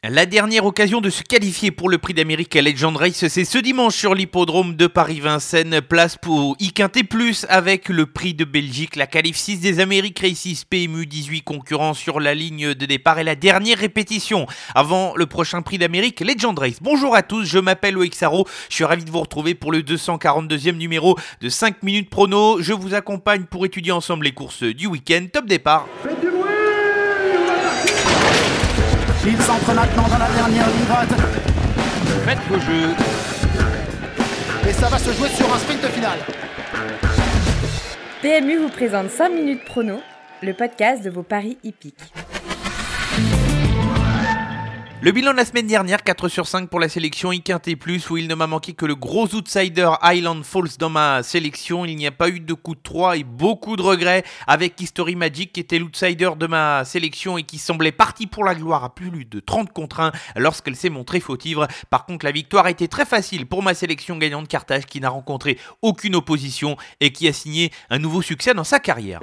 La dernière occasion de se qualifier pour le prix d'Amérique Legend Race, c'est ce dimanche sur l'hippodrome de Paris-Vincennes. Place pour I-Quintet Plus avec le prix de Belgique, la qualif 6 des Amériques Races PMU, 18 concurrents sur la ligne de départ et la dernière répétition avant le prochain prix d'Amérique Legend Race. Bonjour à tous, je m'appelle Loïc Sarro, je suis ravi de vous retrouver pour le 242e numéro de 5 minutes prono. Je vous accompagne pour étudier ensemble les courses du week-end. Top départ. Faites du bruit, on va partir. Il s'entre maintenant dans la dernière ligne droite. Faites vos jeux. Et ça va se jouer sur un sprint final. PMU vous présente 5 minutes prono, le podcast de vos paris hippiques. Le bilan de la semaine dernière, 4 sur 5 pour la sélection I-Quintet Plus, où il ne m'a manqué que le gros outsider Highland Falls dans ma sélection. Il n'y a pas eu de coup de 3 et beaucoup de regrets avec History Magic qui était l'outsider de ma sélection et qui semblait parti pour la gloire à plus de 30 contre 1 lorsqu'elle s'est montrée fautive. Par contre, la victoire a été très facile pour ma sélection gagnante Carthage qui n'a rencontré aucune opposition et qui a signé un nouveau succès dans sa carrière.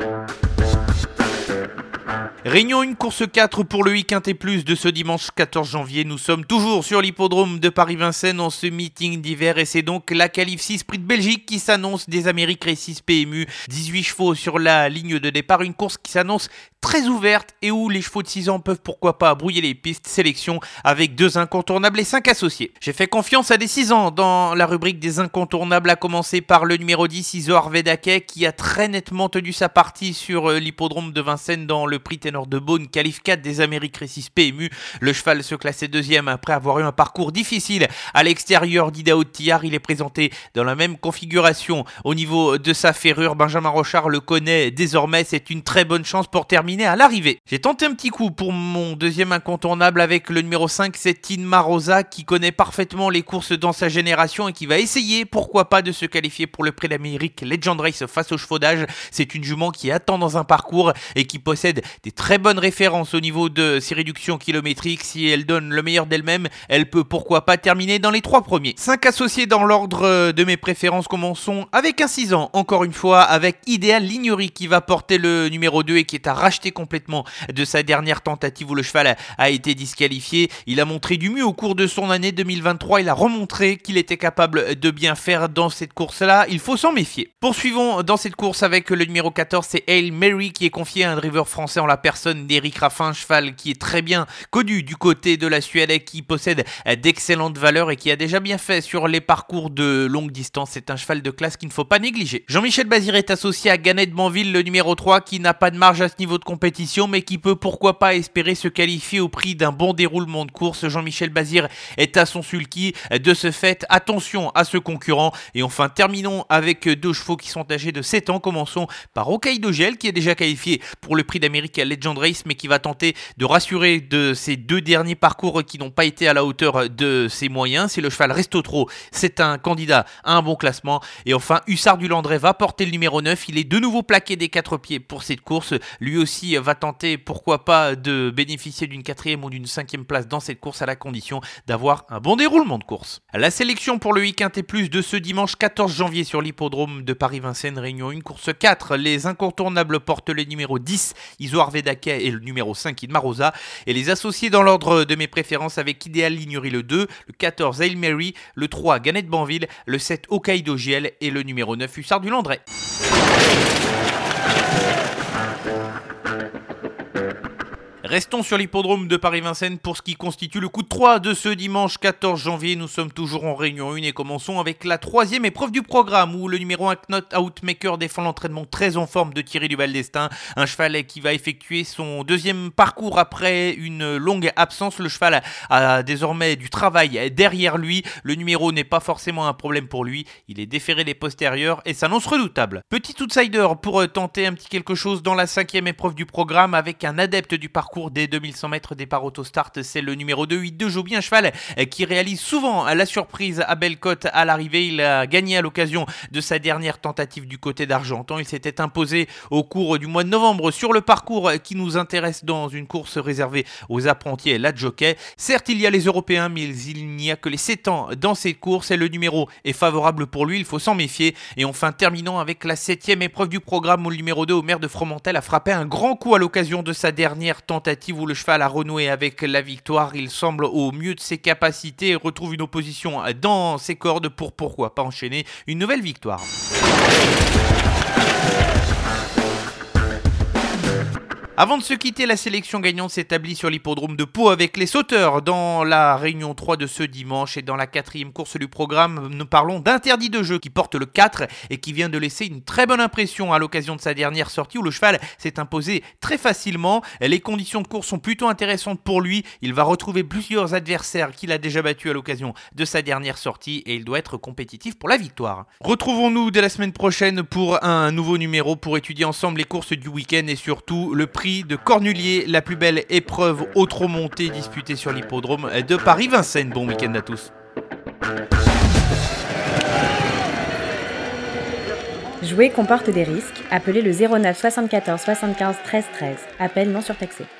Réunion 1, course 4 pour le I-Quintet Plus de ce dimanche 14 janvier. Nous sommes toujours sur l'hippodrome de Paris-Vincennes en ce meeting d'hiver et c'est donc la qualif 6 prix de Belgique qui s'annonce des Amériques Races PMU. 18 chevaux sur la ligne de départ, une course qui s'annonce très ouverte et où les chevaux de 6 ans peuvent pourquoi pas brouiller les pistes. Sélection avec 2 incontournables et 5 associés. J'ai fait confiance à des 6 ans dans la rubrique des incontournables, à commencer par le numéro 10, Isor Vedake, qui a très nettement tenu sa partie sur l'hippodrome de Vincennes dans le prix Ténor de Beaune, qualif 4 des Amériques Races PMU. Le cheval se classait deuxième après avoir eu un parcours difficile à l'extérieur d'Idaho de Tillard. Il est présenté dans la même configuration au niveau de sa ferrure. Benjamin Rochard le connaît désormais, c'est une très bonne chance pour terminer à l'arrivée. J'ai tenté un petit coup pour mon deuxième incontournable avec le numéro 5, c'est Inma Rosa, qui connaît parfaitement les courses dans sa génération et qui va essayer, pourquoi pas, de se qualifier pour le prix d'Amérique Legend Race face au chevaux d'âge. C'est une jument qui attend dans un parcours et qui possède des très bonnes références au niveau de ses réductions kilométriques. Si elle donne le meilleur d'elle-même, elle peut pourquoi pas terminer dans les 3 premiers. 5 associés dans l'ordre de mes préférences. Commençons avec un 6 ans, encore une fois, avec Idéal Lignery qui va porter le numéro 2 et qui est à racheter complètement de sa dernière tentative où le cheval a été disqualifié. Il a montré du mieux au cours de son année 2023. Il a remontré qu'il était capable de bien faire dans cette course-là. Il faut s'en méfier. Poursuivons dans cette course avec le numéro 14, c'est Hail Mary qui est confié à un driver français en la personne d'Éric Raffin, cheval qui est très bien connu du côté de la Suède, qui possède d'excellentes valeurs et qui a déjà bien fait sur les parcours de longue distance. C'est un cheval de classe qu'il ne faut pas négliger. Jean-Michel Bazir est associé à Gannet Banville, le numéro 3, qui n'a pas de marge à ce niveau de compétition, mais qui peut pourquoi pas espérer se qualifier au prix d'un bon déroulement de course. Jean-Michel Bazir est à son sulky. De ce fait, attention à ce concurrent. Et enfin, terminons avec 2 chevaux qui sont âgés de 7 ans. Commençons par Hokkaido Gel, qui est déjà qualifié pour le prix d'Amérique Legend Race, mais qui va tenter de rassurer de ses 2 derniers parcours qui n'ont pas été à la hauteur de ses moyens. Si le cheval reste au trot, c'est un candidat à un bon classement. Et enfin, Hussard du Landré va porter le numéro 9. Il est de nouveau plaqué des 4 pieds pour cette course. Lui aussi va tenter, pourquoi pas, de bénéficier d'une 4e ou d'une 5e place dans cette course à la condition d'avoir un bon déroulement de course. La sélection pour le I-Quintet Plus de ce dimanche 14 janvier sur l'hippodrome de Paris-Vincennes, Réunion 1, course 4. Les incontournables portent le numéro 10, Isoar Vedake, et le numéro 5, Inma Rosa. Et les associés dans l'ordre de mes préférences avec Idéal Lignery le 2, le 14, Hail Mary, le 3, Gannet Banville, le 7, Hokkaido Giel et le numéro 9, Hussard du Landré. Restons sur l'hippodrome de Paris-Vincennes pour ce qui constitue le coup de 3 de ce dimanche 14 janvier. Nous sommes toujours en réunion 1 et commençons avec la 3e épreuve du programme où le numéro 1 Knot Outmaker défend l'entraînement très en forme de Thierry Duval d'Estaing. Un cheval qui va effectuer son 2e parcours après une longue absence. Le cheval a désormais du travail derrière lui. Le numéro n'est pas forcément un problème pour lui. Il est déféré des postérieurs et s'annonce redoutable. Petit outsider pour tenter un petit quelque chose dans la 5e épreuve du programme avec un adepte du parcours des 2100 mètres départ autostart, c'est le numéro 2, 8 de Joby, un cheval qui réalise souvent la surprise à belle cote à l'arrivée. Il a gagné à l'occasion de sa dernière tentative du côté d'Argentan. Il s'était imposé au cours du mois de novembre sur le parcours qui nous intéresse dans une course réservée aux apprentis et la jockey. Certes, il y a les Européens, mais il n'y a que les 7 ans dans cette course et le numéro est favorable pour lui, il faut s'en méfier. Et enfin, terminons avec la 7e épreuve du programme où le numéro 2, Omer de Fromentel, a frappé un grand coup à l'occasion de sa dernière tentative tentative où le cheval a renoué avec la victoire. Il semble au mieux de ses capacités et retrouve une opposition dans ses cordes pour pourquoi pas enchaîner une nouvelle victoire. Avant de se quitter, la sélection gagnante s'établit sur l'hippodrome de Pau avec les sauteurs dans la réunion 3 de ce dimanche. Et dans la 4e course du programme, nous parlons d'Interdit de jeu qui porte le 4 et qui vient de laisser une très bonne impression à l'occasion de sa dernière sortie où le cheval s'est imposé très facilement. Les conditions de course sont plutôt intéressantes pour lui. Il va retrouver plusieurs adversaires qu'il a déjà battus à l'occasion de sa dernière sortie et il doit être compétitif pour la victoire. Retrouvons-nous dès la semaine prochaine pour un nouveau numéro pour étudier ensemble les courses du week-end et surtout le prix de Cornulier, la plus belle épreuve au trot monté disputée sur l'hippodrome de Paris-Vincennes. Bon week-end à tous. Jouer comporte des risques. Appelez le 09 74 75 13 13. Appel non surtaxé.